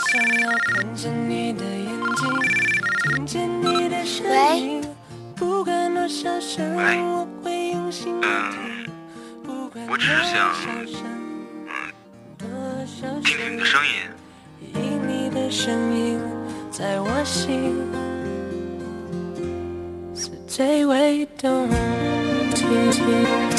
想要看见你的眼睛，听见你的声音，不管多小声，我会用心聆听。 我只是想听听你的声音， 因你的声音在我心是最为动听。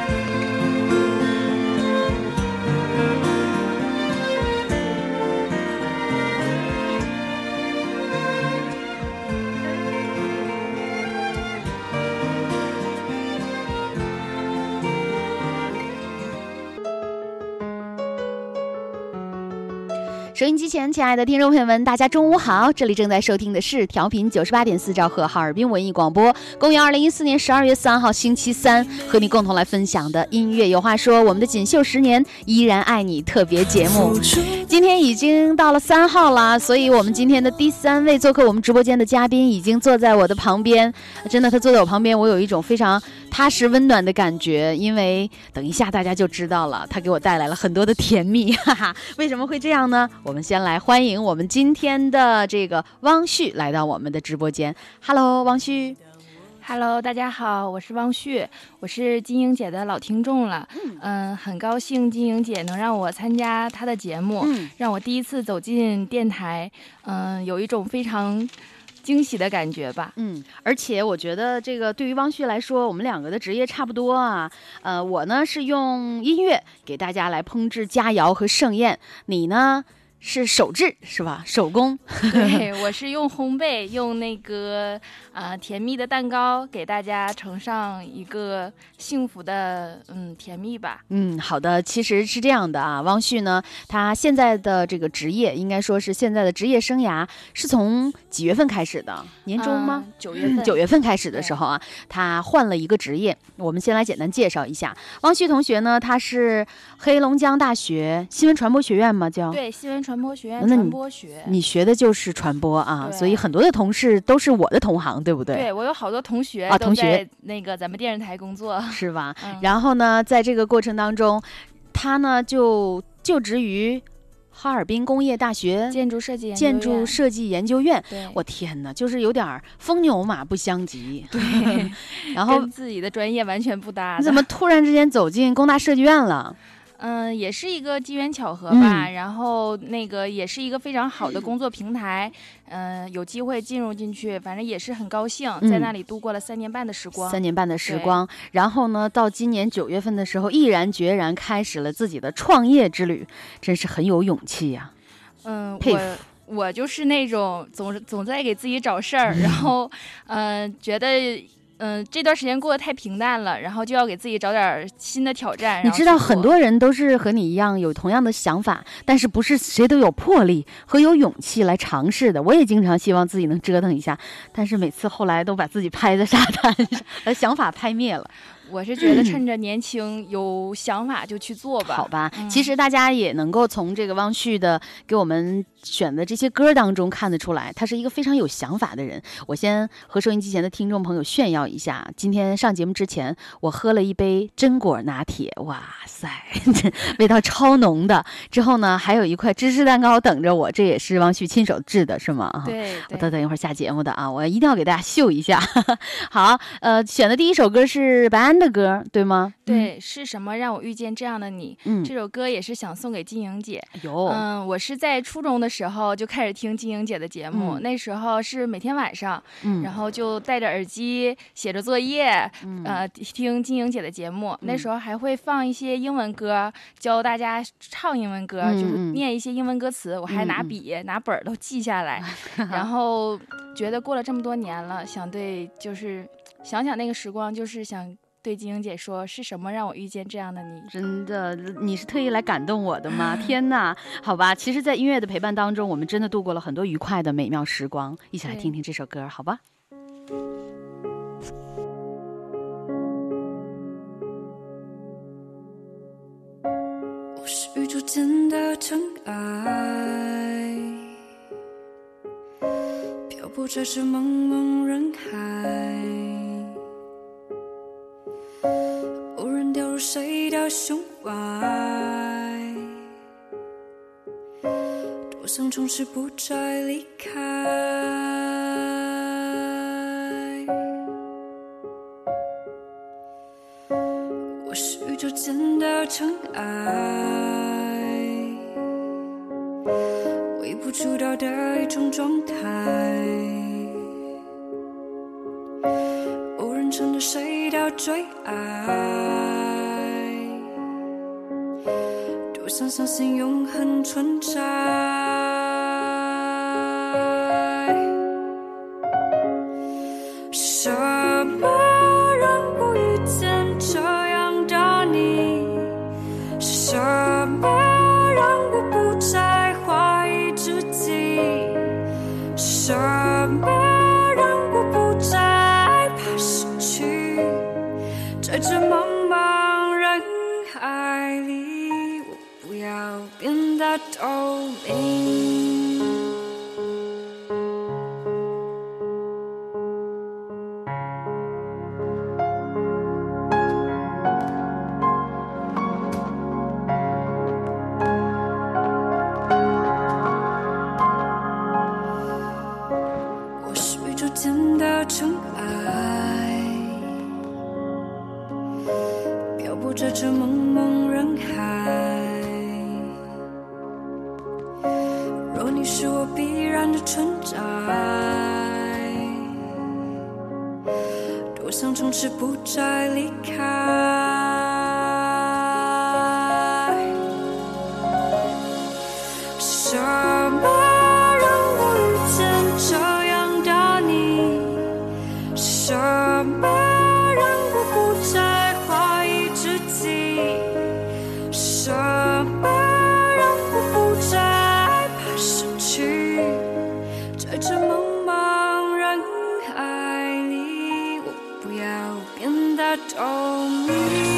收音机前，亲爱的听众朋友们，大家中午好！这里正在收听的是调频98.4兆赫哈尔滨文艺广播，公元2014年12月3号星期三，和你共同来分享的音乐有话说，我们的锦绣10年依然爱你特别节目。今天已经到了3号了，所以我们今天的第3位做客我们直播间的嘉宾已经坐在我的旁边。真的，他坐在我旁边，我有一种非常踏实温暖的感觉，因为等一下大家就知道了，他给我带来了很多的甜蜜，哈哈。为什么会这样呢？我们先来欢迎我们今天的这个汪旭来到我们的直播间。Hello， 汪旭。 Hello， 大家好，我是汪旭，我是金英姐的老听众了。很高兴金英姐能让我参加她的节目，让我第一次走进电台，有一种非常惊喜的感觉吧。 而且我觉得这个对于汪旭来说，我们两个的职业差不多啊。我呢是用音乐给大家来烹制佳肴和盛宴，你呢是手制是吧？手工。 对，我是用烘焙，用那个甜蜜的蛋糕给大家呈上一个幸福的甜蜜吧。 好的，其实是这样的啊，汪旭呢，他现在的这个职业，应该说是现在的职业生涯是从几月份开始的？年中吗 ？9月份。 9月份开始的时候啊，他换了一个职业。我们先来简单介绍一下，汪旭同学呢，他是黑龙江大学新闻传播学院吗？ 对，新闻传播学院传播学。 你学的就是传播啊，所以很多的同事都是我的同行，对不对？ 对，我有好多同学都在那个咱们电视台工作， 是吧？然后呢，在这个过程当中，他呢就职于哈尔滨工业大学建筑设计研究院。我天哪，就是有点风牛马不相及。 对， 然后跟自己的专业完全不搭。 你怎么突然之间走进工大设计院了？ 也是一个机缘巧合吧，然后那个也是一个非常好的工作平台，有机会进入进去，反正也是很高兴，在那里度过了3年半的时光。 3年半的时光，然后呢，到今年9月份的时候，毅然决然开始了自己的创业之旅，真是很有勇气呀。佩服。 我就是那种总在给自己找事儿，然后觉得。这段时间过得太平淡了，然后就要给自己找点新的挑战。 你知道很多人都是和你一样有同样的想法，但是不是谁都有魄力和有勇气来尝试的。我也经常希望自己能折腾一下，但是每次后来都把自己拍在沙滩上，把想法拍灭了。 我是觉得趁着年轻有想法就去做吧。 好吧，其实大家也能够从这个汪旭的给我们选的这些歌当中看得出来，他是一个非常有想法的人。我先和收音机前的听众朋友炫耀一下，今天上节目之前，我喝了一杯榛果拿铁，哇塞，味道超浓的。之后呢，还有一块芝士蛋糕等着我，这也是汪旭亲手制的，是吗？ 对， 我等一会儿下节目的啊，我一定要给大家秀一下。好，选的第一首歌是白安的歌，对吗？ 对，是什么让我遇见这样的你？这首歌也是想送给金莹姐。我是在初中的时候就开始听金莹姐的节目，那时候是每天晚上，然后就戴着耳机写着作业，听金莹姐的节目。那时候还会放一些英文歌，教大家唱英文歌，就是念一些英文歌词，我还拿笔拿本都记下来。然后觉得过了这么多年了，就是想想那个时光，就是想对金英姐说，是什么让我遇见这样的你？ 真的，你是特意来感动我的吗？天哪，好吧，其实在音乐的陪伴当中，我们真的度过了很多愉快的美妙时光，一起来听听这首歌，好吧。 我是宇宙间的尘埃，漂泊在这茫茫人海，偶然掉入谁的胸怀，多多想从此不再离开。我是宇宙间的尘埃，微不足道的一种状态，偶然成了谁的最爱，多想相信永恒存在。什么让我遇见这样的你？什么让我不再怀疑自己？什么让我不再怕失去？在这茫茫人海里，我不要变得透明。尘埃漂泊在这茫茫人海，若你是我必然的存在，多想从此不再离开。什么让我遇见这样的你？什么让我不再怀疑自己？什么让我不再怕失去？在这茫茫人海里，我不要变得透明。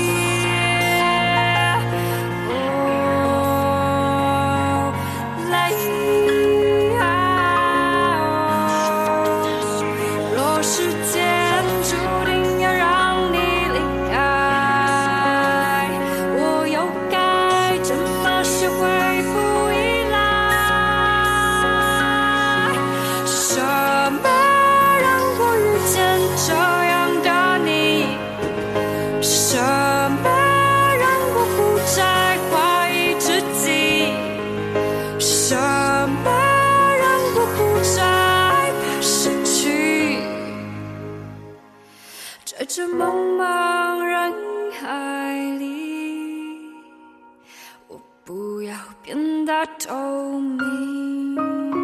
在这茫茫人海里，我不要变得透明。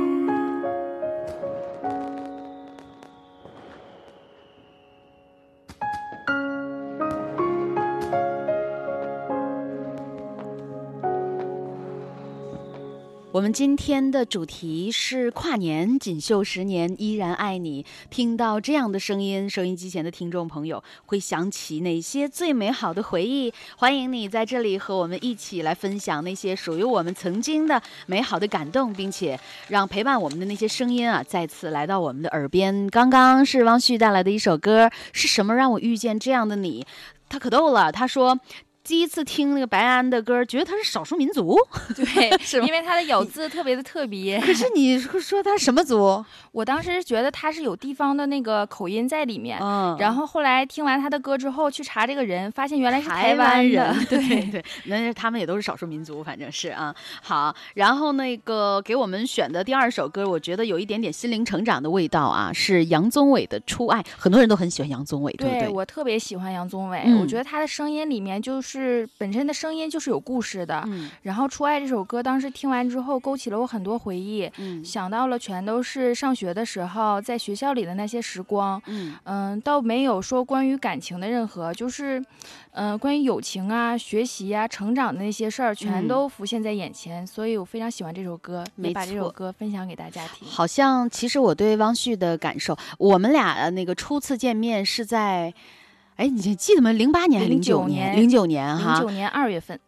我们今天的主题是跨年，锦绣10年依然爱你。听到这样的声音，收音机前的听众朋友会想起哪些最美好的回忆？欢迎你在这里和我们一起来分享那些属于我们曾经的美好的感动，并且让陪伴我们的那些声音啊再次来到我们的耳边。刚刚是汪旭带来的一首歌，是什么让我遇见这样的你？他可逗了，他说第一次听那个白安的歌，觉得他是少数民族， 对，是因为他的咬字特别的特别。 可是你说他什么族？ 我当时觉得他是有地方的那个口音在里面，然后后来听完他的歌之后去查这个人，发现原来是台湾人。 对，那他们也都是少数民族，反正是啊。好，然后那个给我们选的第二首歌，我觉得有一点点心灵成长的味道啊，是杨宗纬的《初爱》。很多人都很喜欢杨宗纬，对不对？ 我特别喜欢杨宗纬，我觉得他的声音里面就是本身的声音就是有故事的。然后《初爱》这首歌当时听完之后勾起了我很多回忆，想到了全都是上学的时候在学校里的那些时光。倒没有说关于感情的任何，就是关于友情啊、学习啊、成长的那些事儿全都浮现在眼前，所以我非常喜欢这首歌，也把这首歌分享给大家听。 好像其实我对汪旭的感受，我们俩那个初次见面是在你记得吗？08年还是09年？09年哈，09 年2月份。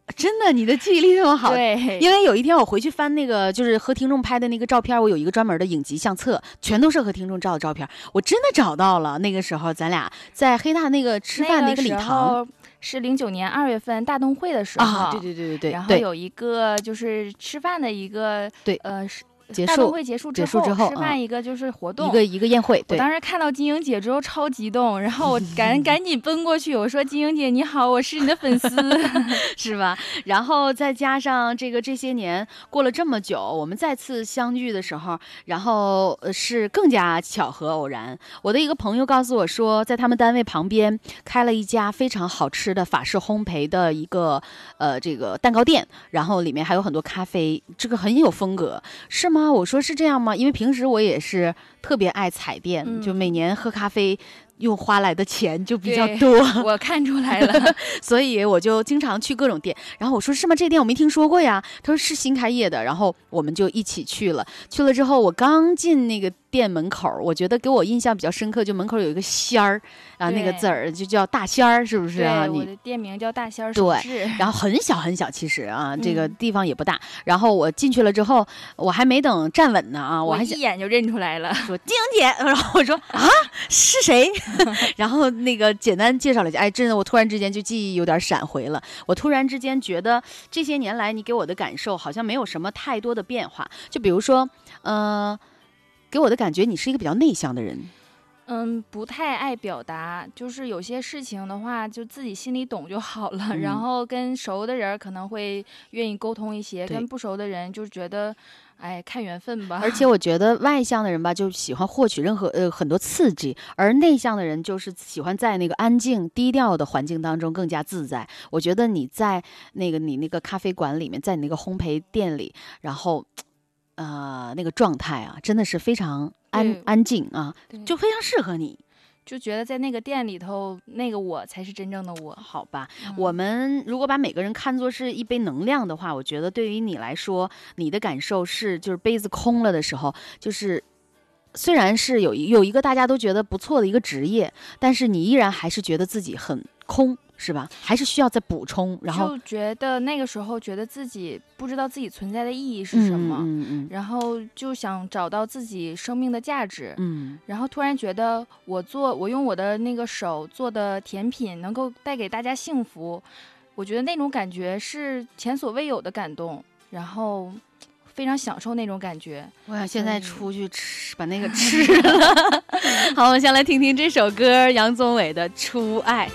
真的，你的记忆力这么好。 对， 因为有一天我回去翻那个就是和听众拍的那个照片，我有一个专门的影集相册，全都是和听众照的照片，我真的找到了。那个时候咱俩在黑大那个吃饭的一个礼堂， 是09年2月份大动会的时候啊，对， 然后有一个就是吃饭的一个对大动会结束之后吃饭一个就是活动， 一个宴会。 我当时看到金英姐之后超激动，然后我赶紧奔过去，我说金英姐你好，我是你的粉丝， 是吧？然后再加上这些年过了这么久，我们再次相聚的时候，然后是更加巧合偶然。我的一个朋友告诉我说，在他们单位旁边开了一家非常好吃的法式烘焙的一个这个蛋糕店，然后里面还有很多咖啡，这个很有风格，是吗？我说是这样吗？因为平时我也是特别爱踩店，就每年喝咖啡用花来的钱就比较多， 我看出来了， 所以我就经常去各种店。然后我说是吗？这店我没听说过呀。他说是新开业的，然后我们就一起去了。去了之后，我刚进那个店门口，我觉得给我印象比较深刻，就门口有一个仙儿啊，那个字儿就叫大仙儿，是不是啊？ 我的店名叫大仙儿首饰。 对，然后很小很小，其实啊，这个地方也不大。然后我进去了之后，我还没等站稳呢啊， 我还一眼就认出来了， 说金英姐。然后我说啊，是谁？然后那个简单介绍了一下，哎，真的，我突然之间就记忆有点闪回了。我突然之间觉得这些年来你给我的感受好像没有什么太多的变化。就比如说，给我的感觉你是一个比较内向的人。 不太爱表达，就是有些事情的话，就自己心里懂就好了。然后跟熟的人可能会愿意沟通一些，跟不熟的人就觉得，哎，看缘分吧。 而且我觉得外向的人吧，就喜欢获取任何很多刺激，而内向的人就是喜欢在那个安静低调的环境当中更加自在。我觉得你在你那个咖啡馆里面，在你那个烘焙店里，然后那个状态啊，真的是非常安静啊，就非常适合你。 就觉得在那个店里头，那个我才是真正的我。 好吧，我们如果把每个人看作是一杯能量的话，我觉得对于你来说，你的感受是，就是杯子空了的时候，就是虽然是有一个大家都觉得不错的一个职业，但是你依然还是觉得自己很空，是吧？还是需要再补充，然后就觉得那个时候觉得自己不知道自己存在的意义是什么，然后就想找到自己生命的价值，然后突然觉得我用我的那个手做的甜品能够带给大家幸福，我觉得那种感觉是前所未有的感动，然后非常享受那种感觉。 我想现在出去吃，把那个吃了。好，我们先来听听这首歌，杨宗纬的《初爱》。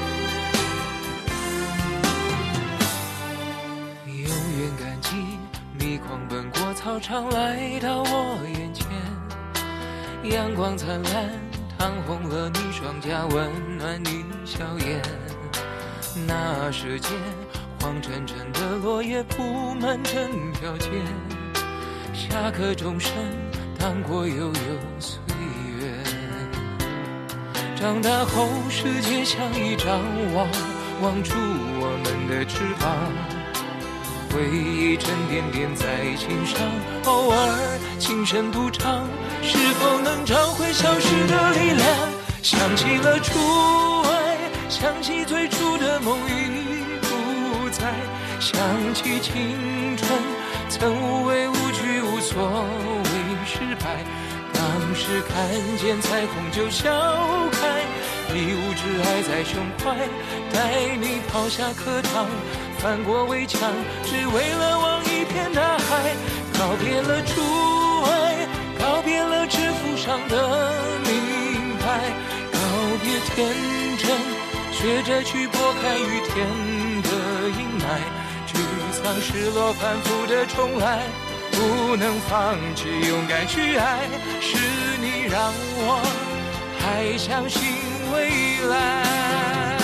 操场来到我眼前，阳光灿烂，烫红了你双颊，温暖你笑颜。那时间，黄澄澄的落叶铺满整条街，下课钟声荡过悠悠岁月。长大后，世界像一张网，网住我们的翅膀。回忆沉甸甸在心上，偶尔轻声独唱，是否能找回消失的力量？想起了初爱，想起最初的梦已不在，想起青春曾无畏无惧，无所谓失败。当时看见彩虹就笑开，一无挚爱在胸怀，带你跑下课堂，翻过围墙，只为了望一片大海。告别了初爱，告别了制服上的名牌，告别天真，学着去拨开雨天的阴霾。沮丧失落反复的重来，不能放弃勇敢去爱，是你让我还相信未来。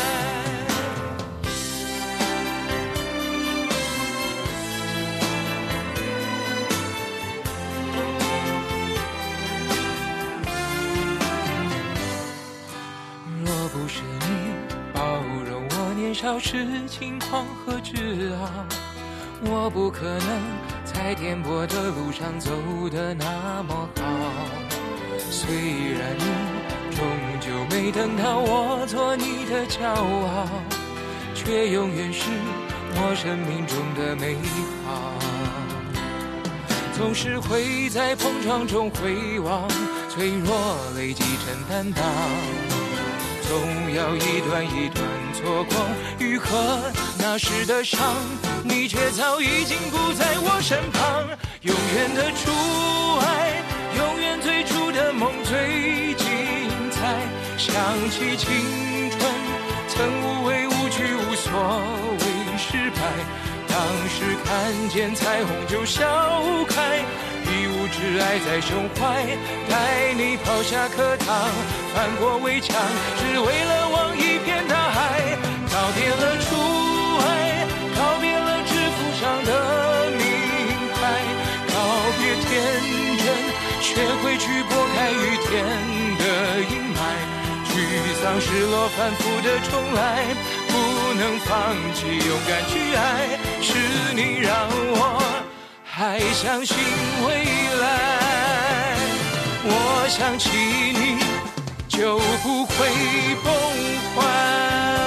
若不是你包容我年少时轻狂和自傲，我不可能在颠簸的路上走得那么好。虽然你终究没等到我做你的骄傲，却永远是我生命中的美好，总是会在碰撞中回望，脆弱累积成担当，总要一段一段错过愈合那时的伤，你却早已经不在我身旁。永远的初爱，永远最初的梦最精彩，想起青春曾无畏无惧无所谓失败，当时看见彩虹就笑开，一无挚爱在胸怀，带你跑下课堂，翻过围墙，只为了望一片大海。告别了初爱，告别了制服上的名牌，告别天真，学会去拨开雨天的阴霾，沮丧失落反复的重来，不能放弃勇敢去爱，是你让我还相信未来，我想起你就不会崩坏。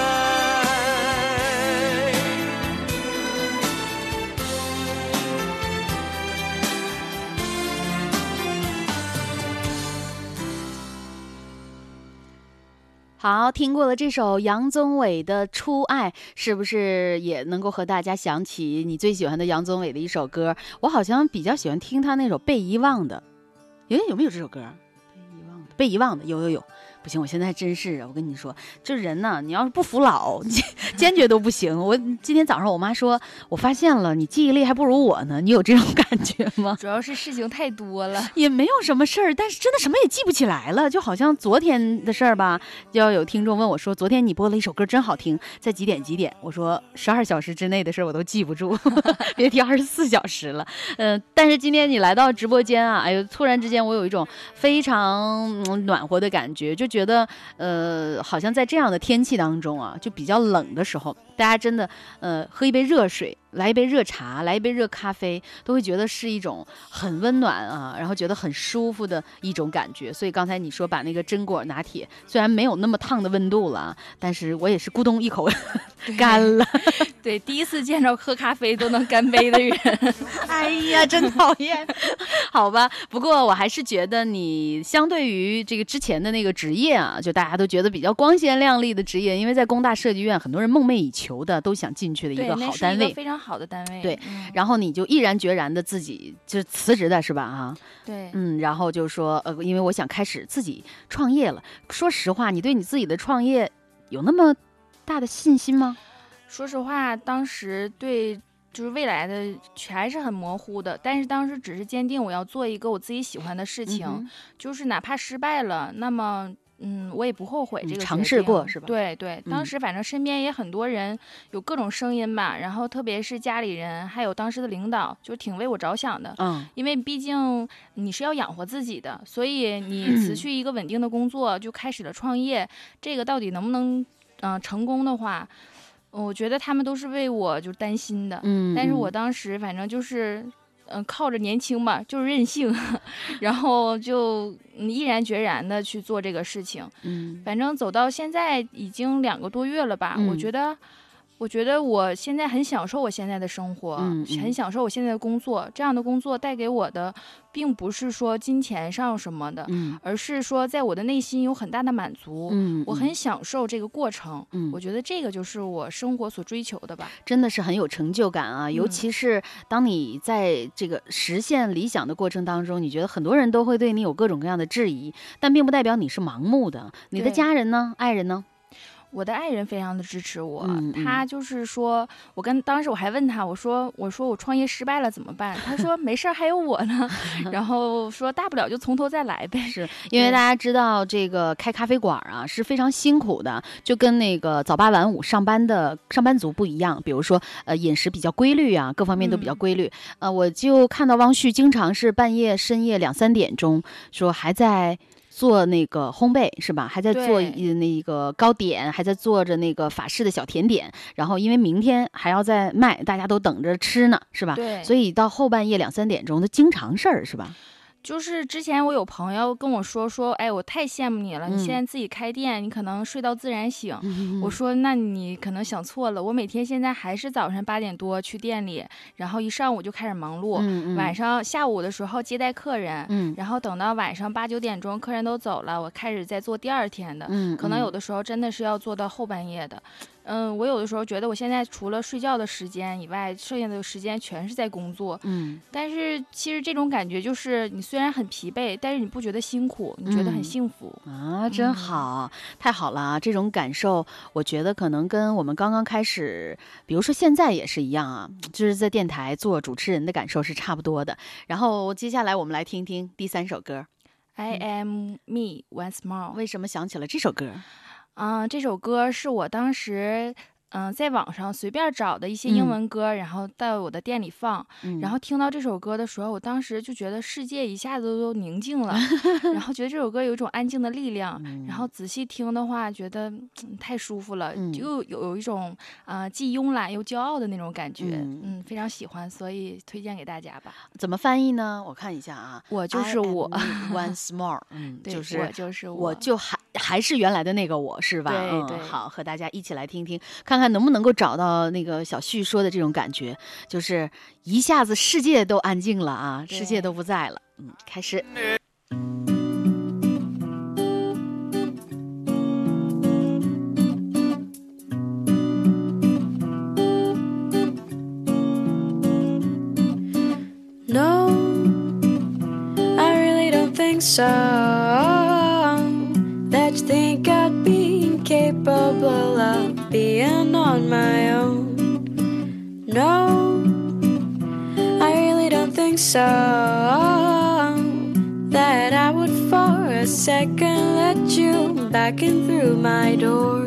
好，听过了这首杨宗纬的《初爱》，是不是也能够和大家想起你最喜欢的杨宗纬的一首歌？我好像比较喜欢听他那首《被遗忘的》，有没有这首歌？被遗忘的，有。不行，我现在真是，我跟你说，这人呢，你要是不服老，坚决都不行。我今天早上我妈说，我发现了你记忆力还不如我呢，你有这种感觉吗？ 主要是事情太多了， 也没有什么事儿，但是真的什么也记不起来了，就好像昨天的事儿吧。就要有听众问我说，昨天你播了一首歌真好听，在几点几点？我说12小时之内的事儿我都记不住，别提24小时了。但是今天你来到直播间啊，哎呦，突然之间我有一种非常暖和的感觉，就觉得好像在这样的天气当中啊，就比较冷的时候，大家真的喝一杯热水，来一杯热茶，来一杯热咖啡，都会觉得是一种很温暖啊，然后觉得很舒服的一种感觉。所以刚才你说把那个榛果拿铁，虽然没有那么烫的温度了，但是我也是咕咚一口干了。 对，第一次见着喝咖啡都能干杯的人， 哎呀，真讨厌。好吧，不过我还是觉得你相对于这个之前的那个职业啊，就大家都觉得比较光鲜亮丽的职业，因为在工大设计院，很多人梦寐以求的都想进去的一个好单位， 那是一个非常好的单位。 对，然后你就毅然决然的自己就辞职的是吧？哈， 对， 然后就说因为我想开始自己创业了。说实话，你对你自己的创业有那么大的信心吗？ 说实话，当时对就是未来的还是很模糊的，但是当时只是坚定我要做一个我自己喜欢的事情，就是哪怕失败了，那么我也不后悔这个尝试过是吧？ 对对，当时反正身边也很多人有各种声音吧，然后特别是家里人还有当时的领导就挺为我着想的，因为毕竟你是要养活自己的，所以你辞去一个稳定的工作就开始了创业，这个到底能不能成功的话，我觉得他们都是为我就担心的，但是我当时反正就是靠着年轻吧，就是任性，然后就毅然决然的去做这个事情。反正走到现在已经2个多月了吧，我觉得我现在很享受我现在的生活，很享受我现在的工作。这样的工作带给我的，并不是说金钱上什么的，而是说在我的内心有很大的满足。我很享受这个过程。我觉得这个就是我生活所追求的吧。 真的是很有成就感啊！尤其是当你在这个实现理想的过程当中，你觉得很多人都会对你有各种各样的质疑，但并不代表你是盲目的。你的家人呢？爱人呢？ 我的爱人非常的支持我，他就是说，当时我还问他，我说我创业失败了怎么办？他说没事儿，还有我呢。然后说大不了就从头再来呗。 是因为大家知道这个开咖啡馆啊是非常辛苦的，就跟那个早8晚5上班族不一样。比如说饮食比较规律啊，各方面都比较规律。我就看到汪旭经常是半夜深夜2、3点钟说还在做那个烘焙是吧？还在做那个糕点，还在做着那个法式的小甜点，然后因为明天还要再卖，大家都等着吃呢是吧？ 对， 所以到后半夜2、3点钟，他经常事儿是吧？ 就是之前我有朋友跟我说，哎，我太羡慕你了，你现在自己开店，你可能睡到自然醒。我说那你可能想错了，我每天现在还是早上8点多去店里，然后一上午就开始忙碌，晚上下午的时候接待客人，然后等到晚上8、9点钟客人都走了，我开始在做第2天的，可能有的时候真的是要做到后半夜的。我有的时候觉得我现在除了睡觉的时间以外，剩下的时间全是在工作。但是其实这种感觉就是你虽然很疲惫，但是你不觉得辛苦，你觉得很幸福啊，真好，太好了啊！这种感受，我觉得可能跟我们刚刚开始，比如说现在也是一样啊，就是在电台做主持人的感受是差不多的。然后接下来我们来听听第3首歌 ，I Am Me Once More。 为什么想起了这首歌？ 这首歌是我当时在网上随便找的一些英文歌，然后到我的店里放，然后听到这首歌的时候，我当时就觉得世界一下子都宁静了，然后觉得这首歌有一种安静的力量，然后仔细听的话，觉得太舒服了，就有一种既慵懒又骄傲的那种感觉，非常喜欢，所以推荐给大家吧。 怎么翻译呢？我看一下啊， 我就是我 ，once more， 就是我就是我， 我就还是原来的那个我，是吧？ 对， 好，和大家一起来听听，看看能不能够找到那个小旭说的这种感觉，就是一下子世界都安静了啊，世界都不在了。开始。 No, I really don't think so. That you think I'd be incapable of being on my own. No, I really don't think so. That I would for a second let you back in through my door.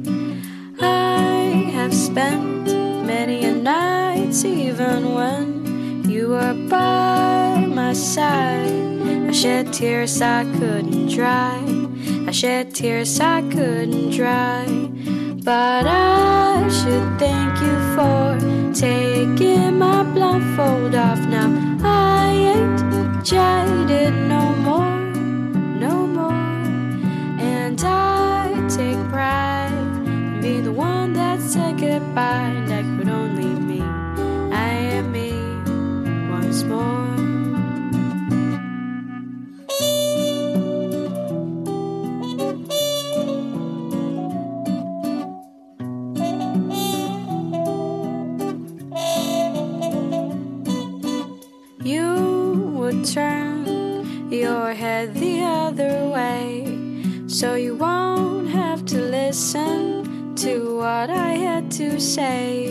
I have spent many a nights even when you were by my side. I shed tears I couldn't dry. I shed tears I couldn't dry. But I should thank you for taking my blindfold off now. I ain't jaded no more, no more. And I take pride in being the one that said goodbye. And that could only mean I am me once more. Turn your head the other way, so you won't have to listen to what I had to say.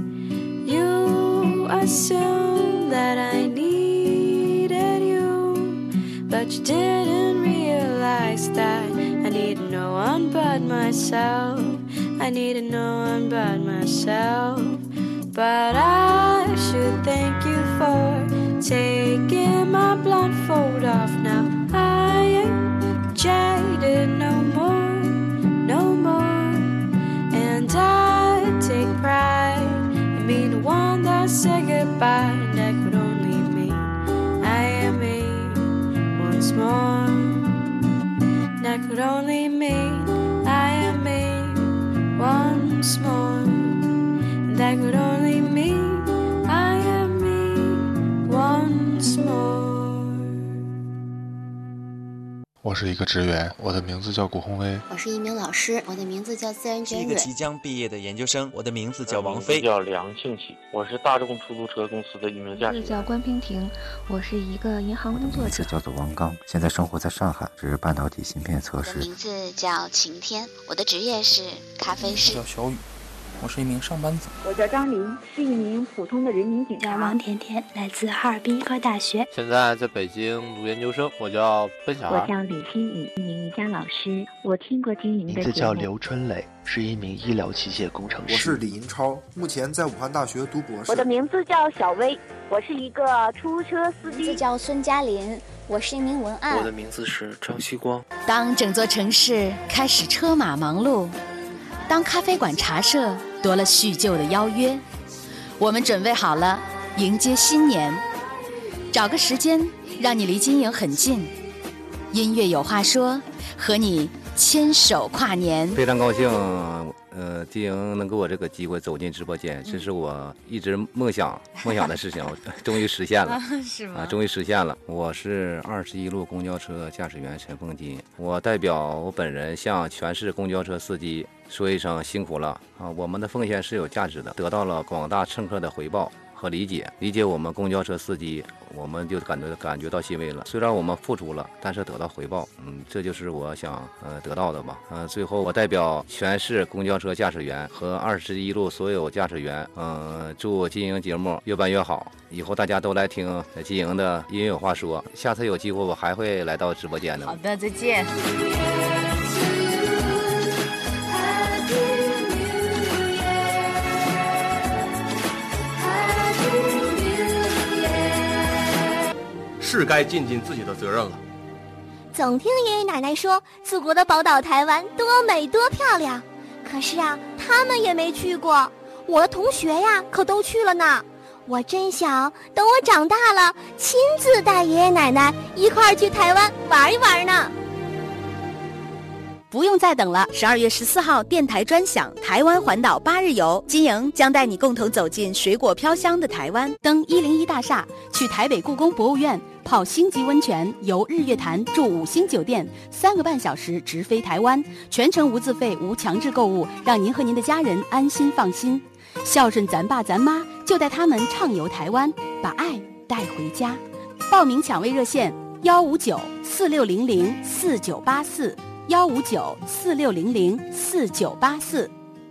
You assumed that I needed you, but you didn't realize that I needed no one but myself. I needed no one but myself. But I should thank you for taking my blindfold off now. I ain't jaded no more, no more. And I take pride in being the one that said goodbye. And that could only mean I am me once more. That could only mean I am me once more. And that could only mean I am me once more. 我是一个职员，我的名字叫谷鸿威。 我是一名老师，我的名字叫自然娟蕊。 是一个即将毕业的研究生，我的名字叫王菲。 叫梁庆喜，我是大众出租车公司的一名驾驶员。 名字叫关平婷，我是一个银行工作者。 名字叫做王刚，现在生活在上海，是半导体芯片测试。 我的名字叫晴天，我的职业是咖啡师。 叫小雨，我是一名上班族。 我叫张琳，是一名普通的人民警察。 叫王甜甜，来自哈尔滨医科大学。 现在在北京读研究生。我叫奔小孩。 我叫李新宇，一名瑜伽老师。我听过经营的节目。 名字叫刘春磊，是一名医疗器械工程师。 我是李银超，目前在武汉大学读博士。 我的名字叫小薇，我是一个出租车司机。 名字叫孙嘉林，我是一名文案。 我的名字是张希光。 当整座城市开始车马忙碌，当咖啡馆茶社多了叙旧的邀约，我们准备好了迎接新年。 找个时间让你离金营很近，音乐有话说，和你牵手跨年。 非常高兴，金营能给我这个机会走进直播间，这是我一直梦想的事情，终于实现了。 是吗？ 终于实现了。我是21路公交车驾驶员陈凤金，我代表我本人向全市公交车司机说一声辛苦了啊！我们的奉献是有价值的，得到了广大乘客的回报和理解我们公交车司机，我们就感觉到欣慰了。虽然我们付出了，但是得到回报，这就是我想得到的吧。最后我代表全市公交车驾驶员和21路所有驾驶员，祝金营节目越办越好。以后大家都来听金营的音乐有话说，下次有机会我还会来到直播间的。 好的，再见。 是该尽自己的责任了。 总听爷爷奶奶说祖国的宝岛台湾多美多漂亮，可是啊，他们也没去过。我的同学呀，可都去了呢。我真想等我长大了，亲自带爷爷奶奶一块儿去台湾玩一玩呢。 不用再等了，12月14号电台专享台湾环岛8日游，金营将带你共同走进水果飘香的台湾，登101大厦，去台北故宫博物院，泡星级温泉，游日月潭，住5星酒店，3个半小时直飞台湾，全程无自费无强制购物，让您和您的家人安心放心。孝顺咱爸咱妈，就带他们畅游台湾，把爱带回家。报名抢位热线15946004984。15946004984。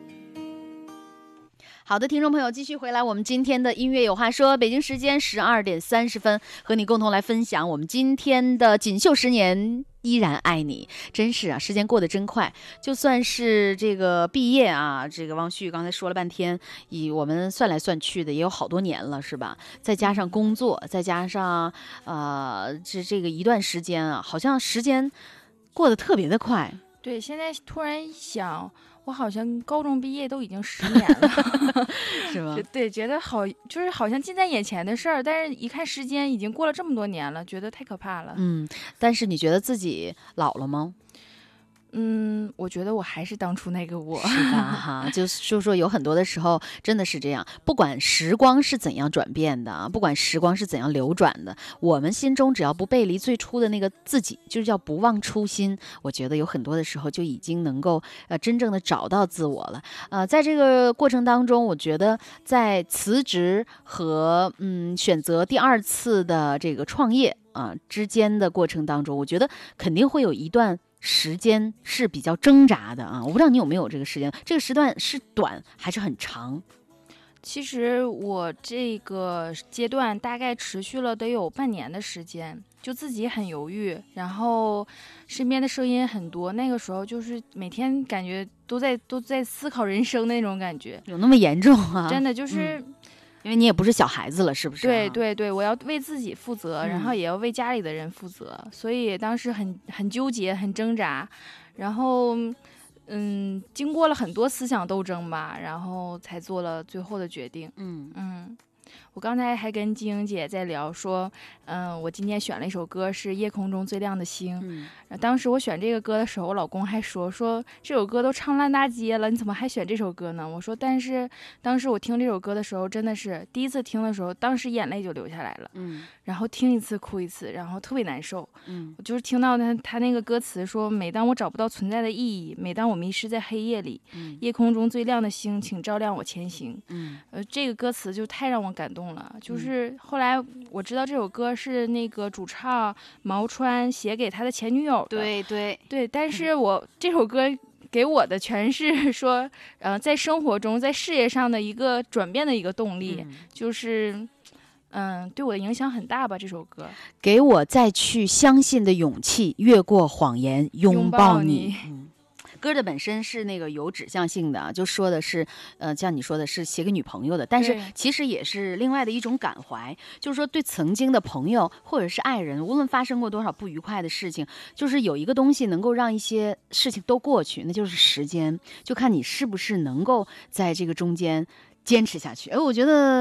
好的，听众朋友，继续回来，我们今天的音乐有话说，北京时间12点30分，和你共同来分享我们今天的锦绣10年依然爱你。真是啊，时间过得真快，就算是这个毕业啊，这个汪旭刚才说了半天，以我们算来算去的也有好多年了，是吧？再加上工作，再加上这个一段时间啊，好像时间过得特别的快。 对，现在突然一想，我好像高中毕业都已经10年了， 是吗？ 对，觉得就是好像近在眼前的事儿，但是一看时间已经过了这么多年了，觉得太可怕了。 但是你觉得自己老了吗？ 我觉得我还是当初那个我， 是吧？哈，就说有很多的时候真的是这样，不管时光是怎样转变的，不管时光是怎样流转的，我们心中只要不背离最初的那个自己，就是叫不忘初心。我觉得有很多的时候就已经能够真正的找到自我了。在这个过程当中，我觉得在辞职和选择第2次的这个创业之间的过程当中，我觉得肯定会有一段时间是比较挣扎的啊，我不知道你有没有这个时间，这个时段是短还是很长？ 其实我这个阶段大概持续了得有半年的时间，就自己很犹豫，然后身边的声音很多，那个时候就是每天感觉都在思考人生那种感觉。 有那么严重啊？ 真的就是因为你也不是小孩子了，是不是？ 对对对，我要为自己负责，然后也要为家里的人负责，所以当时很纠结，很挣扎，然后经过了很多思想斗争吧，然后才做了最后的决定。我刚才还跟金英姐在聊说，我今天选了一首歌是《夜空中最亮的星》。当时我选这个歌的时候，我老公还说这首歌都唱烂大街了，你怎么还选这首歌呢？我说，但是当时我听这首歌的时候，真的是第一次听的时候，当时眼泪就流下来了。然后听一次哭一次，然后特别难受。我就是听到他那个歌词说，每当我找不到存在的意义，每当我迷失在黑夜里，夜空中最亮的星，请照亮我前行。这个歌词就太让我感动了。就是后来我知道这首歌是那个主唱毛川写给他的前女友的。 对对对，但是我这首歌给我的全是说，在生活中，在事业上的一个转变的一个动力，就是对我的影响很大吧。这首歌给我再去相信的勇气，越过谎言拥抱你。歌的本身是那个有指向性的，就说的是像你说的是写给女朋友的，但是其实也是另外的一种感怀，就是说对曾经的朋友或者是爱人，无论发生过多少不愉快的事情，就是有一个东西能够让一些事情都过去，那就是时间，就看你是不是能够在这个中间坚持下去。我觉得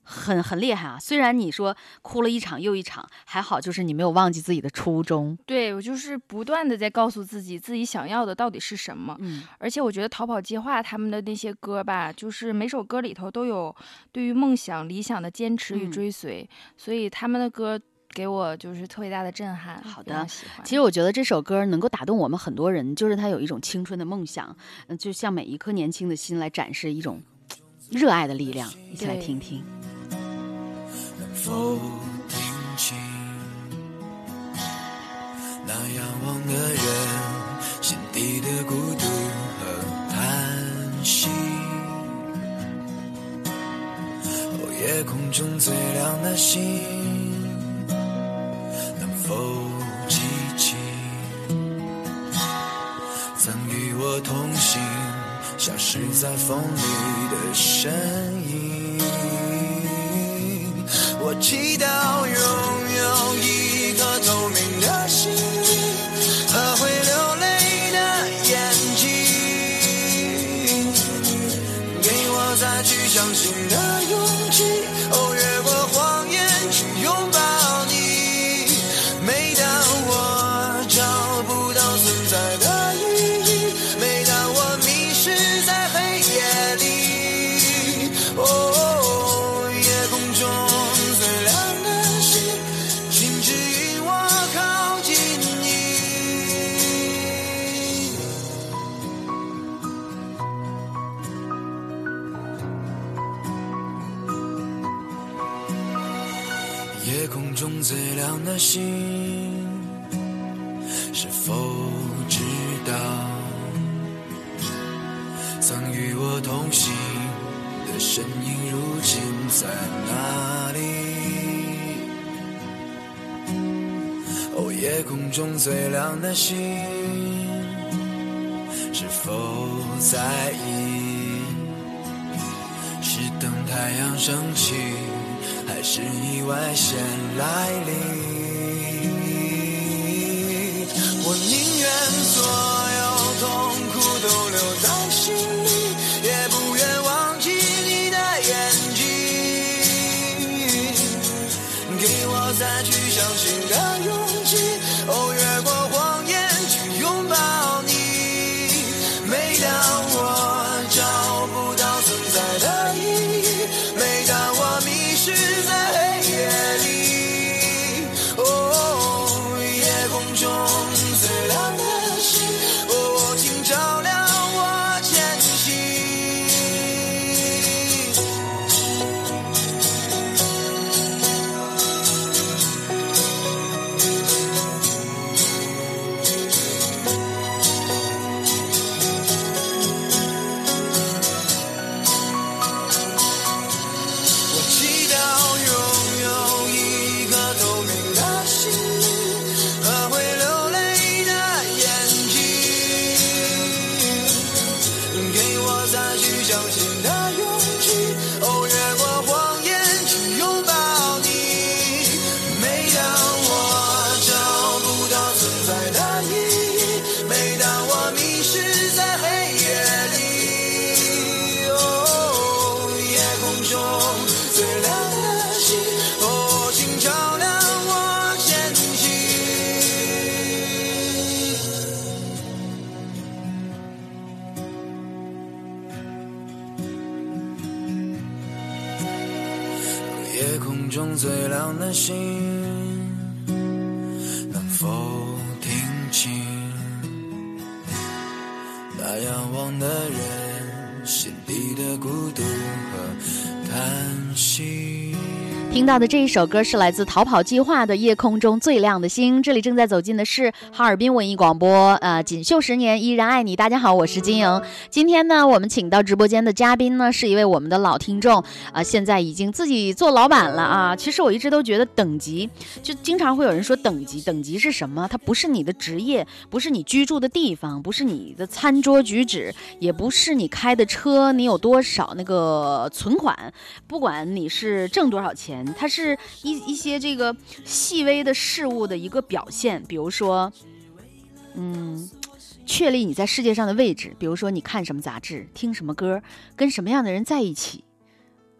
很厉害啊！虽然你说哭了一场又一场，还好就是你没有忘记自己的初衷。 对，我就是不断的在告诉自己想要的到底是什么。而且我觉得逃跑计划他们的那些歌吧，就是每首歌里头都有对于梦想理想的坚持与追随，所以他们的歌给我就是特别大的震撼。 好的，其实我觉得这首歌能够打动我们很多人，就是它有一种青春的梦想，就向每一颗年轻的心来展示一种热爱的力量。一起来听听。 能否听清那仰望的人心底的孤独和叹息？夜空中最亮的星，能否记起曾与我同行消失在风里的身影？我祈祷拥有一颗透明的心灵和会流泪的眼睛，给我再去相信的勇气，越过谎言去拥抱你。每当我找不到存在的意义，每当我迷失在黑夜里，夜空中最亮的星，请指引我靠近你。夜空中最亮的星，是否知道曾与我同行的身影如今在哪里？夜空中最亮的星，是否在意是等太阳升起，还是意外先来临？我宁愿所有痛苦都留在心里，也不愿忘记你的眼睛，给我再去相信的勇气，越过谎言去拥抱你。每当我找不到存在的意义，每当我迷失在黑夜里，夜空中最亮的星，请照亮我前行。夜空中最亮的星，能否听清那仰望的人心底的孤独和叹息？ 听到的这一首歌是来自逃跑计划的《夜空中最亮的星》。这里正在走进的是哈尔滨文艺广播，锦绣10年依然爱你。大家好，我是金莹。今天呢，我们请到直播间的嘉宾呢，是一位我们的老听众，现在已经自己做老板了啊。其实我一直都觉得等级，就经常会有人说等级是什么？它不是你的职业，不是你居住的地方，不是你的餐桌举止，也不是你开的车，你有多少那个存款，不管你是挣多少钱。它是一些这个细微的事物的一个表现，比如说确立你在世界上的位置，比如说你看什么杂志，听什么歌，跟什么样的人在一起。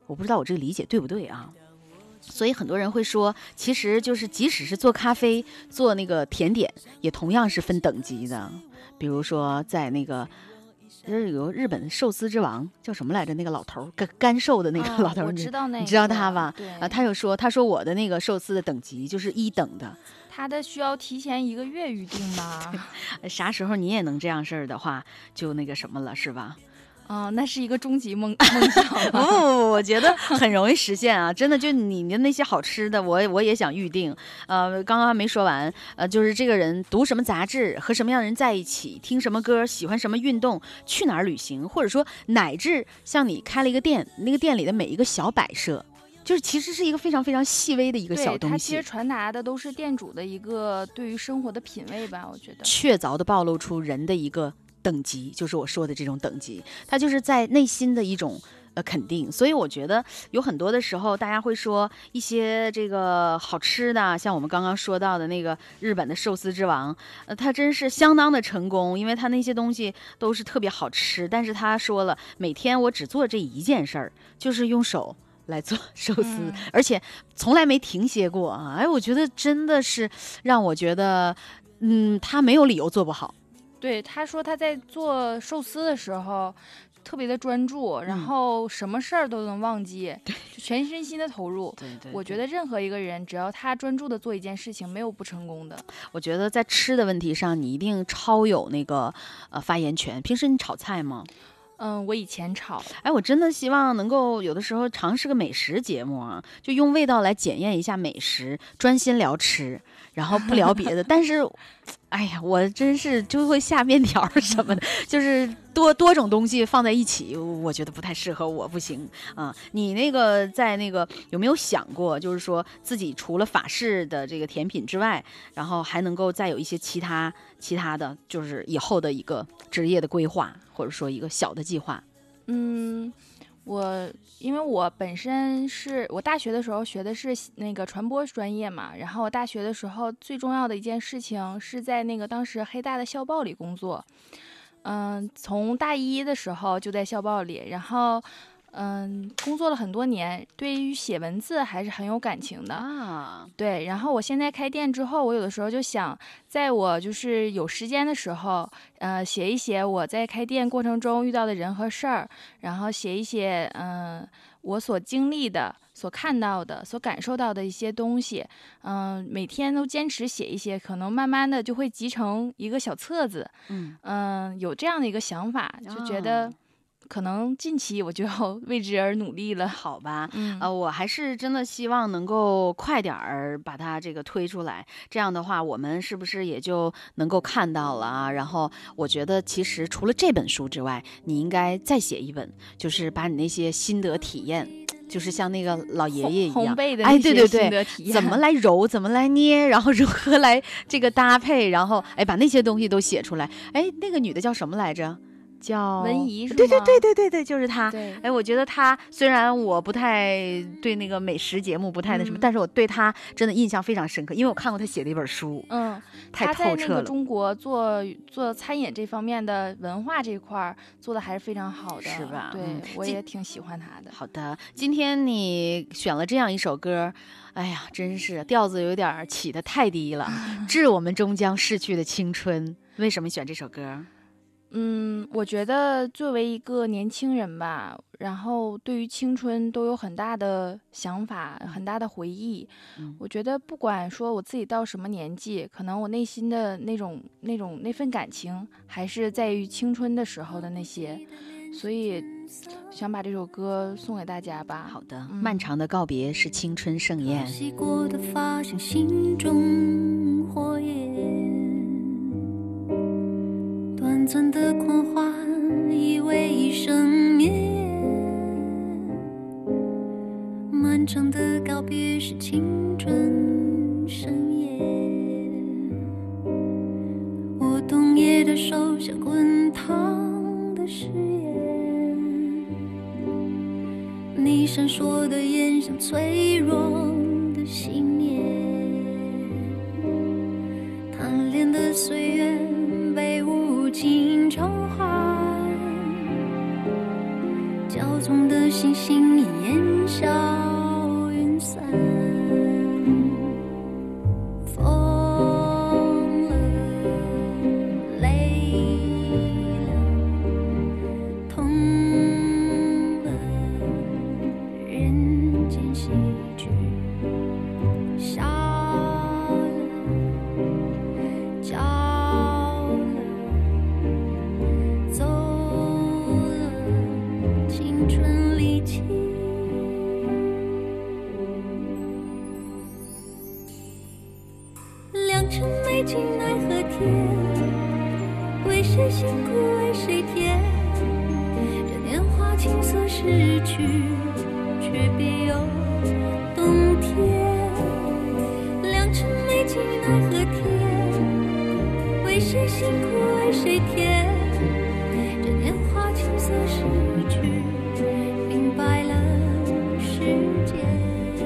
我不知道我这个理解对不对啊。所以很多人会说，其实就是即使是做咖啡做那个甜点也同样是分等级的。比如说在那个有日本寿司之王叫什么来着，那个老头干瘦的那个老头， 我知道那个， 你知道他吧？ 对他说我的那个寿司的等级就是1等的， 他的需要提前1个月预定吧。 啥时候你也能这样事儿的话，就那个什么了，是吧？ 那是一个终极梦想。 不，我觉得很容易实现啊！真的，就你的那些好吃的，我也想预定。刚刚还没说完，就是这个人读什么杂志，和什么样的人在一起，听什么歌，喜欢什么运动，去哪儿旅行，或者说乃至像你开了一个店，那个店里的每一个小摆设，就是其实是一个非常非常细微的一个小东西。 它其实传达的都是店主的一个对于生活的品味吧，我觉得确凿的暴露出人的一个等级，就是我说的这种等级，它就是在内心的一种肯定。所以我觉得有很多的时候大家会说一些这个好吃的，像我们刚刚说到的那个日本的寿司之王，它真是相当的成功，因为它那些东西都是特别好吃。但是他说了，每天我只做这一件事儿，就是用手来做寿司，而且从来没停歇过啊！哎，我觉得真的是让我觉得，他没有理由做不好。 对，他说他在做寿司的时候特别的专注，然后什么事儿都能忘记，就全身心的投入。对，我觉得任何一个人只要他专注的做一件事情，没有不成功的。 我觉得在吃的问题上，你一定超有那个发言权。平时你炒菜吗？ 我以前炒。 哎，我真的希望能够有的时候尝试个美食节目啊，就用味道来检验一下美食，专心聊吃，然后不聊别的。但是哎呀，我真是就会下面条什么的，就是多种东西放在一起，我觉得不太适合我，不行啊。你那个在那个有没有想过，就是说自己除了法式的这个甜品之外，然后还能够再有一些其他的，就是以后的一个职业的规划，或者说一个小的计划？ 因为我本身是我大学的时候学的是那个传播专业嘛，然后我大学的时候最重要的一件事情是在那个当时黑大的校报里工作，从大一的时候就在校报里，然后工作了很多年，对于写文字还是很有感情的啊。对，然后我现在开店之后，我有的时候就想，在我就是有时间的时候，写一写我在开店过程中遇到的人和事儿，然后写一写我所经历的、所看到的、所感受到的一些东西，每天都坚持写一些，可能慢慢的就会集成一个小册子。有这样的一个想法，就觉得可能近期我就要为之而努力了。 好吧，我还是真的希望能够快点儿把它这个推出来，这样的话我们是不是也就能够看到了啊？然后我觉得其实除了这本书之外，你应该再写一本，就是把你那些心得体验，就是像那个老爷爷一样烘焙的那些心得体验， 怎么来揉，怎么来捏，然后如何来这个搭配，然后把那些东西都写出来。那个女的叫什么来着？叫文怡是吗？ 对，就是她。我觉得她虽然我不太对那个美食节目不太那什么，但是我对她真的印象非常深刻，因为我看过她写的一本书，太透彻了。 她在那个中国做餐饮这方面的文化这块做的还是非常好的， 是吧？ 对，我也挺喜欢她的。 好的，今天你选了这样一首歌，哎呀，真是调子有点起得太低了，致我们终将逝去的青春。为什么选这首歌？ 我觉得作为一个年轻人吧，然后对于青春都有很大的想法，很大的回忆。我觉得不管说我自己到什么年纪，可能我内心的那份感情还是在于青春的时候的那些，所以想把这首歌送给大家吧。 好的，漫长的告别是青春盛宴。 洗过的发像心中火焰，短暂的狂欢以为一生灭，漫长的告别是青春盛宴。我冬夜的手像滚烫的誓言，你闪烁的眼像脆弱的信念，贪恋的岁月被无尽偿还，骄纵的星星你眼尘美景奈何天，为谁辛苦为谁甜？这年华青涩逝去，却别有冬天。良辰美景奈何天，为谁辛苦为谁甜？这年华青涩逝去，明白了世间。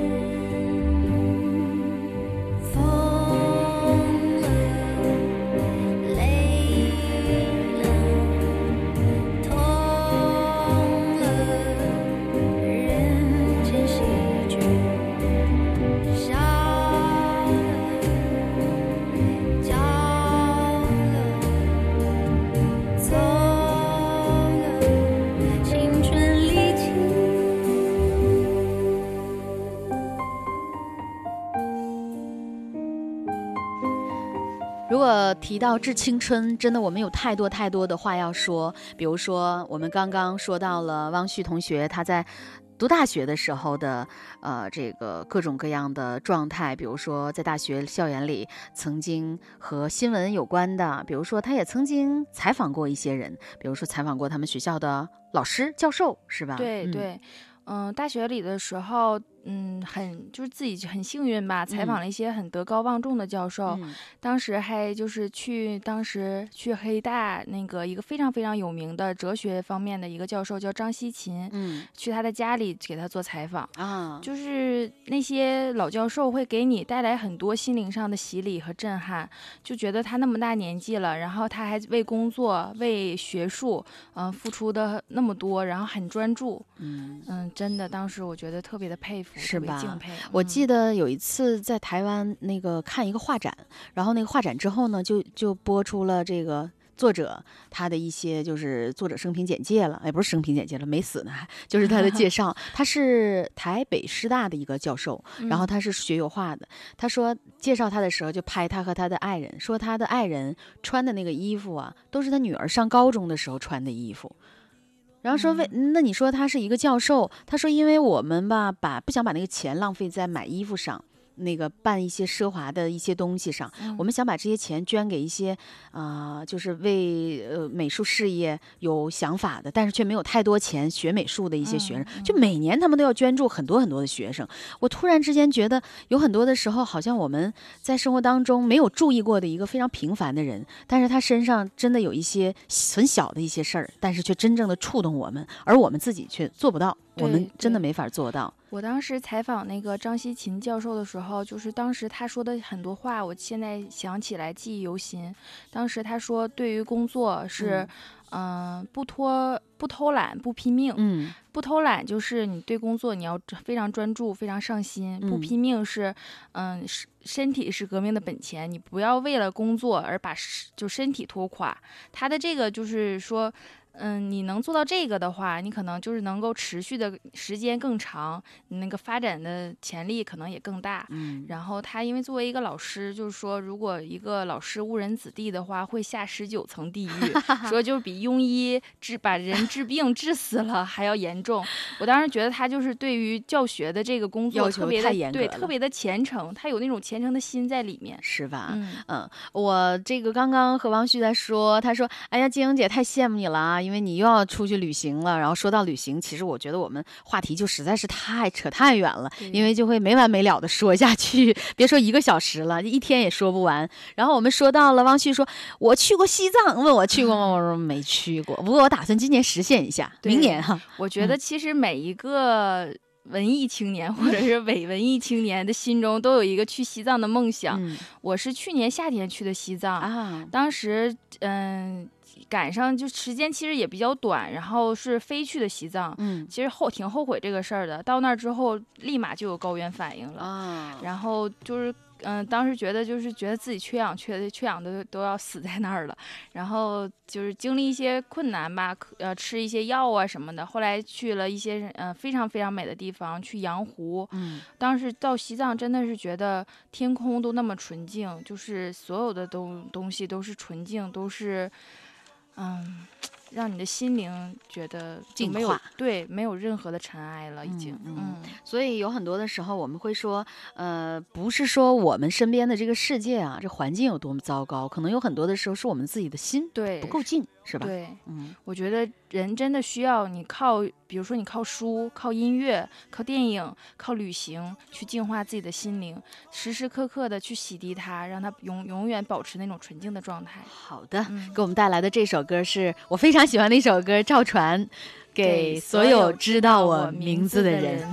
如果提到致青春，真的我们有太多太多的话要说。比如说我们刚刚说到了汪旭同学他在读大学的时候的这个各种各样的状态，比如说在大学校园里曾经和新闻有关的，比如说他也曾经采访过一些人，比如说采访过他们学校的老师教授，是吧？ 对对，大学里的时候就是自己很幸运吧，采访了一些很德高望重的教授。当时还就是去黑大那个一个非常非常有名的哲学方面的一个教授叫张锡勤，去他的家里给他做采访啊。就是那些老教授会给你带来很多心灵上的洗礼和震撼，就觉得他那么大年纪了，然后他还为工作为学术付出的那么多，然后很专注。真的当时我觉得特别的佩服， 是吧？ 敬佩。 我记得有一次在台湾那个看一个画展，然后那个画展之后呢，就播出了这个作者他的一些就是作者生平简介了，不是生平简介了，没死呢，就是他的介绍。他是台北师大的一个教授，然后他是学油画的。他说介绍他的时候就拍他和他的爱人，说他的爱人穿的那个衣服啊，都是他女儿上高中的时候穿的衣服。然后说那你说他是一个教授，他说因为我们吧不想把那个钱浪费在买衣服上，那个办一些奢华的一些东西上，我们想把这些钱捐给一些就是为美术事业有想法的，但是却没有太多钱学美术的一些学生，就每年他们都要捐助很多很多的学生。我突然之间觉得有很多的时候好像我们在生活当中没有注意过的一个非常平凡的人，但是他身上真的有一些很小的一些事儿，但是却真正的触动我们，而我们自己却做不到，我们真的没法做到。 我当时采访那个张锡勤教授的时候，就是当时他说的很多话，我现在想起来记忆犹新。当时他说，对于工作是，不偷懒，不拼命。不偷懒就是你对工作你要非常专注，非常上心。不拼命是，身体是革命的本钱，你不要为了工作而把身体拖垮。他的这个就是说。你能做到这个的话，你可能就是能够持续的时间更长，你那个发展的潜力可能也更大。然后他因为作为一个老师，就是说如果一个老师误人子弟的话，会下19层地狱，说就是比庸医把人治病治死了还要严重。我当时觉得他就是对于教学的这个工作特别的对，特别的虔诚，他有那种虔诚的心在里面， 是吧？我这个刚刚和王旭在说，他说：“哎呀，金英姐太羡慕你了啊！”因为你又要出去旅行了，然后说到旅行，其实我觉得我们话题就实在是扯太远了，因为就会没完没了的说下去，别说1个小时了，一天也说不完。然后我们说到了，汪旭说我去过西藏，问我去过吗？我说没去过，不过我打算今年实现一下，明年哈。 我觉得其实每一个文艺青年或者是伪文艺青年的心中都有一个去西藏的梦想。我是去年夏天去的西藏当时赶上就时间其实也比较短，然后是飞去的西藏。其实挺后悔这个事儿的。到那儿之后立马就有高原反应了然后就是当时觉得自己缺氧的都要死在那儿了，然后就是经历一些困难吧，吃一些药啊什么的。后来去了一些非常非常美的地方，去羊湖。当时到西藏真的是觉得天空都那么纯净，就是所有的东西都是纯净，都是让你的心灵觉得就没有对没有任何的尘埃了，已经。 所以有很多的时候我们会说，不是说我们身边的这个世界啊，这环境有多么糟糕，可能有很多的时候是我们自己的心不够静，是吧？ 对，我觉得人真的需要你靠，比如说你靠书、靠音乐、靠电影、靠旅行去净化自己的心灵，时时刻刻的去洗涤它，让它永远保持那种纯净的状态。 好的，给我们带来的这首歌是我非常喜欢的一首歌，赵传给所有知道我名字的人。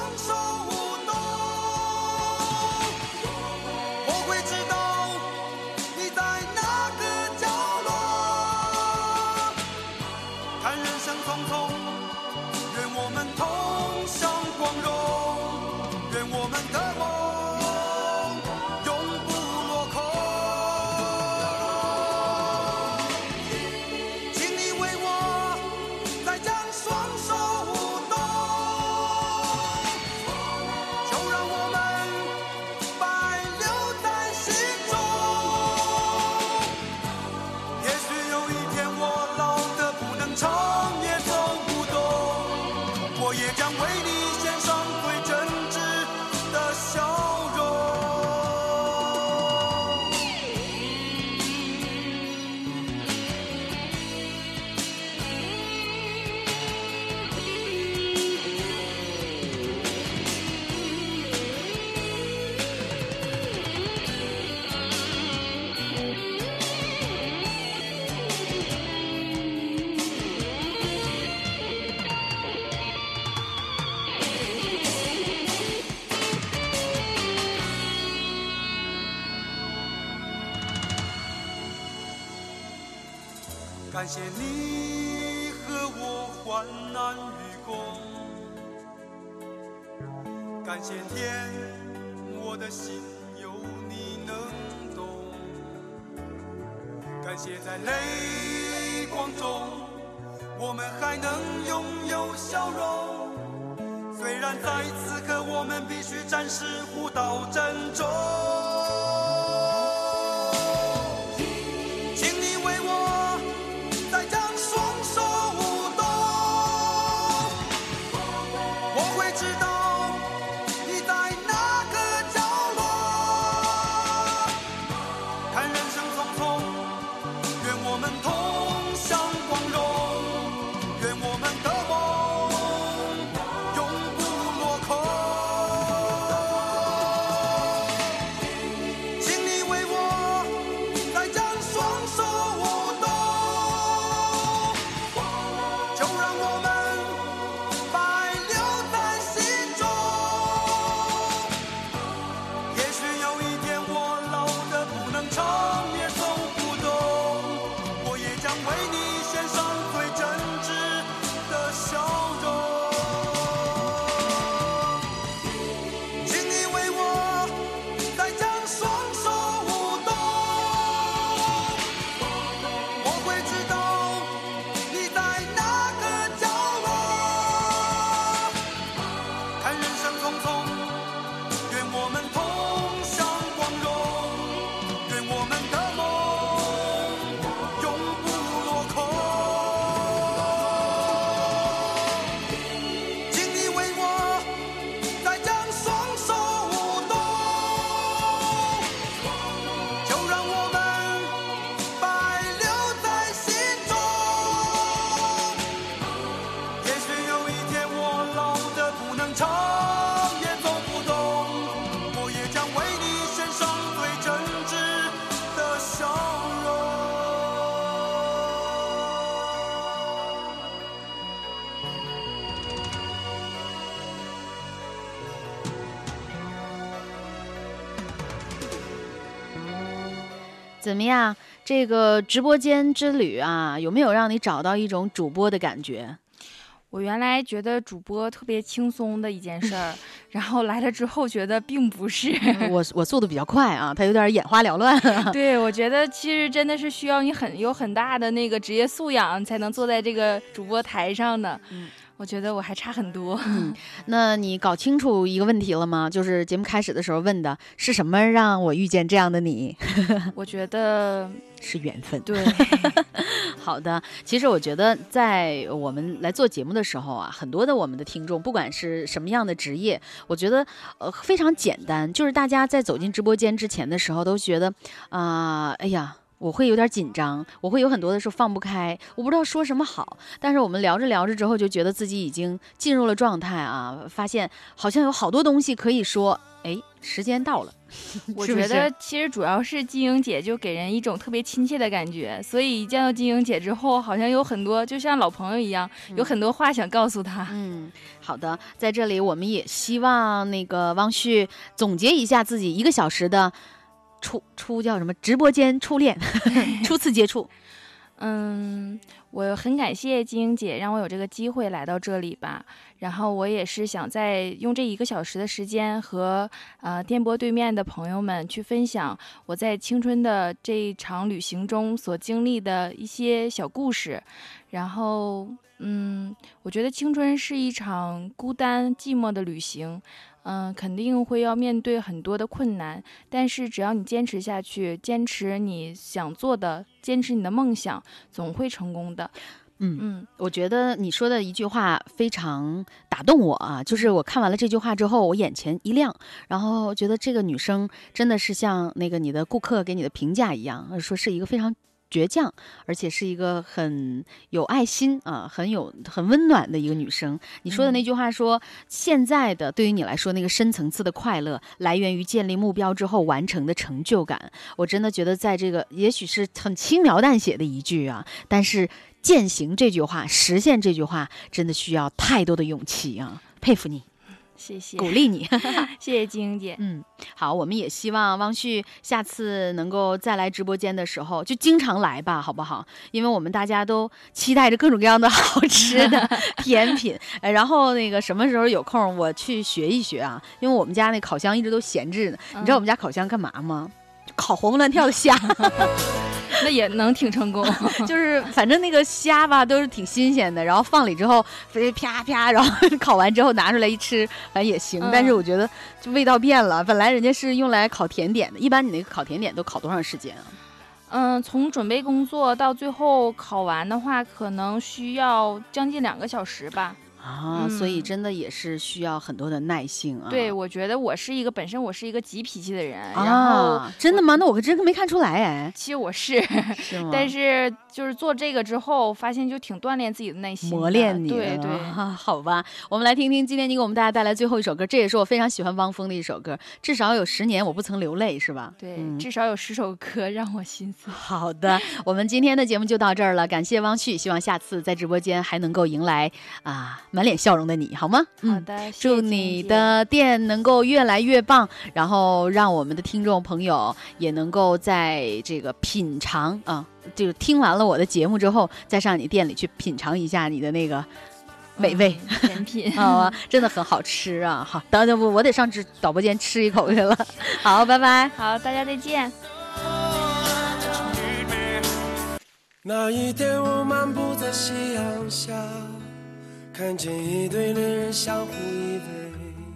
感谢你和我患难与共，感谢天，我的心有你能懂，感谢在泪光中我们还能拥有笑容，虽然在此刻我们必须暂时互道珍重。 怎么样？这个直播间之旅啊，有没有让你找到一种主播的感觉？ 我原来觉得主播特别轻松的一件事儿，然后来了之后觉得并不是。 我速度比较快啊，它有点眼花缭乱。 对，我觉得其实真的是需要你有很大的那个职业素养，才能坐在这个主播台上的。 我觉得我还差很多。 那你搞清楚一个问题了吗？就是节目开始的时候问的是什么让我遇见这样的你？ 我觉得是缘分。 对， 好的。其实我觉得在我们来做节目的时候啊，很多的我们的听众，不管是什么样的职业，我觉得非常简单，就是大家在走进直播间之前的时候都觉得哎呀。我会有点紧张，我会有很多的时候放不开，我不知道说什么好。但是我们聊着聊着之后，就觉得自己已经进入了状态啊，发现好像有好多东西可以说。哎，时间到了。 我觉得其实主要是金英姐就给人一种特别亲切的感觉，所以见到金英姐之后，好像有很多就像老朋友一样，有很多话想告诉她。 好的，在这里我们也希望那个汪旭总结一下自己1个小时的。初叫什么？直播间初恋，初次接触。 我很感谢金英姐让我有这个机会来到这里吧。然后我也是想在用这1个小时的时间和电波对面的朋友们去分享我在青春的这一场旅行中所经历的一些小故事。然后我觉得青春是一场孤单寂寞的旅行。肯定会要面对很多的困难，但是只要你坚持下去，坚持你想做的，坚持你的梦想，总会成功的。 我觉得你说的一句话非常打动我啊，就是我看完了这句话之后，我眼前一亮，然后觉得这个女生真的是像那个你的顾客给你的评价一样，说是一个非常倔强，而且是一个很有爱心啊，很温暖的一个女生。你说的那句话说，现在的对于你来说，那个深层次的快乐来源于建立目标之后完成的成就感。我真的觉得在这个也许是很轻描淡写的一句啊，但是践行这句话，实现这句话，真的需要太多的勇气啊！佩服你。 谢谢， 鼓励你。 谢谢金英姐。 好，我们也希望汪旭下次能够再来直播间的时候就经常来吧，好不好？因为我们大家都期待着各种各样的好吃的甜品。然后那个什么时候有空我去学一学啊，因为我们家那烤箱一直都闲置呢。你知道我们家烤箱干嘛吗？烤活蹦乱跳的虾。 那也能挺成功。 就是反正那个虾吧都是挺新鲜的，然后放里之后啪啪，然后烤完之后拿出来一吃反正也行。但是我觉得就味道变了，本来人家是用来烤甜点的。一般你那个烤甜点都烤多长时间啊？从准备工作到最后烤完的话，可能需要将近2个小时吧。 所以真的也是需要很多的耐性啊。 对，我觉得本身我是一个急脾气的人。然后真的吗？那我可真没看出来哎。 其实我是吗？但是就是做这个之后，发现就挺锻炼自己的耐心， 磨练你。 对。 好吧，我们来听听今天你给我们大家带来最后一首歌，这也是我非常喜欢汪峰的一首歌，至少有10年我不曾流泪，是吧？ 对，至少有10首歌让我心碎。 好的，我们今天的节目就到这儿了，感谢汪旭，希望下次在直播间还能够迎来满脸笑容的你，好吗？ 好的， 祝你的店能够越来越棒，然后让我们的听众朋友也能够在这个品尝就听完了我的节目之后，再上你店里去品尝一下你的那个美味甜品。 好真的很好吃啊！好，等等，我得上导播间吃一口去了。好，拜拜。 好，大家再见。 那一天我漫步在夕阳下，看见一对恋人相互依偎，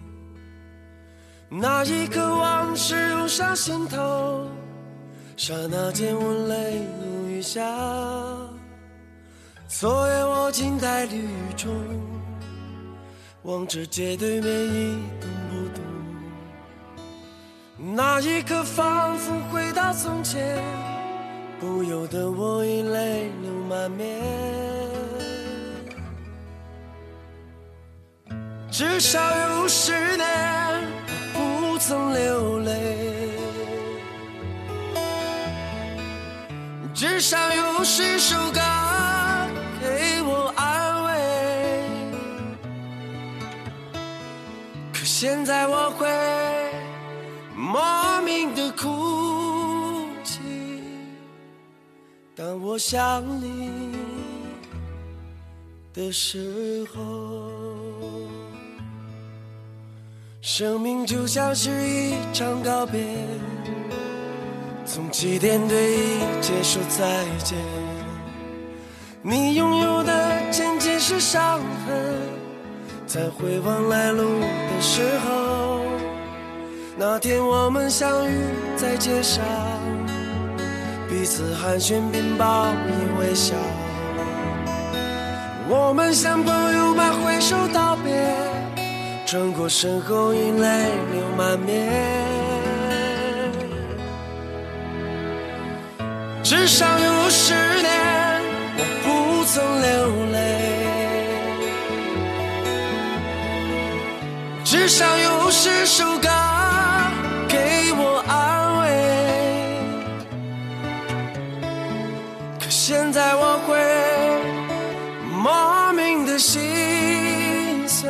那一刻往事涌上心头，刹那间我泪如雨下。昨夜我静在绿雨中，望着街对面一动不动，那一刻仿佛回到从前，不由得我已泪流满面。至少有10年不曾流泪，至少有10首歌给我安慰。可现在我会莫名的哭泣，当我想你的时候。生命就像是一场告别，从起点对一切说再见。你拥有的渐渐是伤痕，在回望来路的时候，那天我们相遇在街上，彼此寒暄并报以微笑，我们像朋友般挥手道别，转过身后已泪流满面。至少有10年我不曾流泪，至少有10首歌给我安慰，可现在我会莫名的心碎，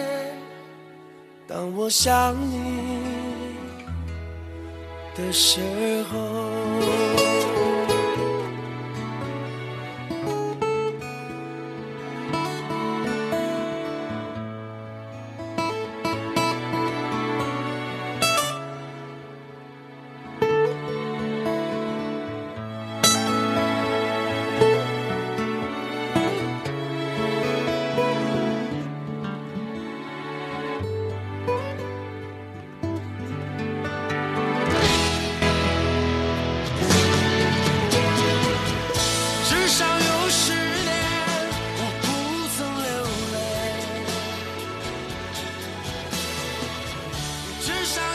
当我想你的时候。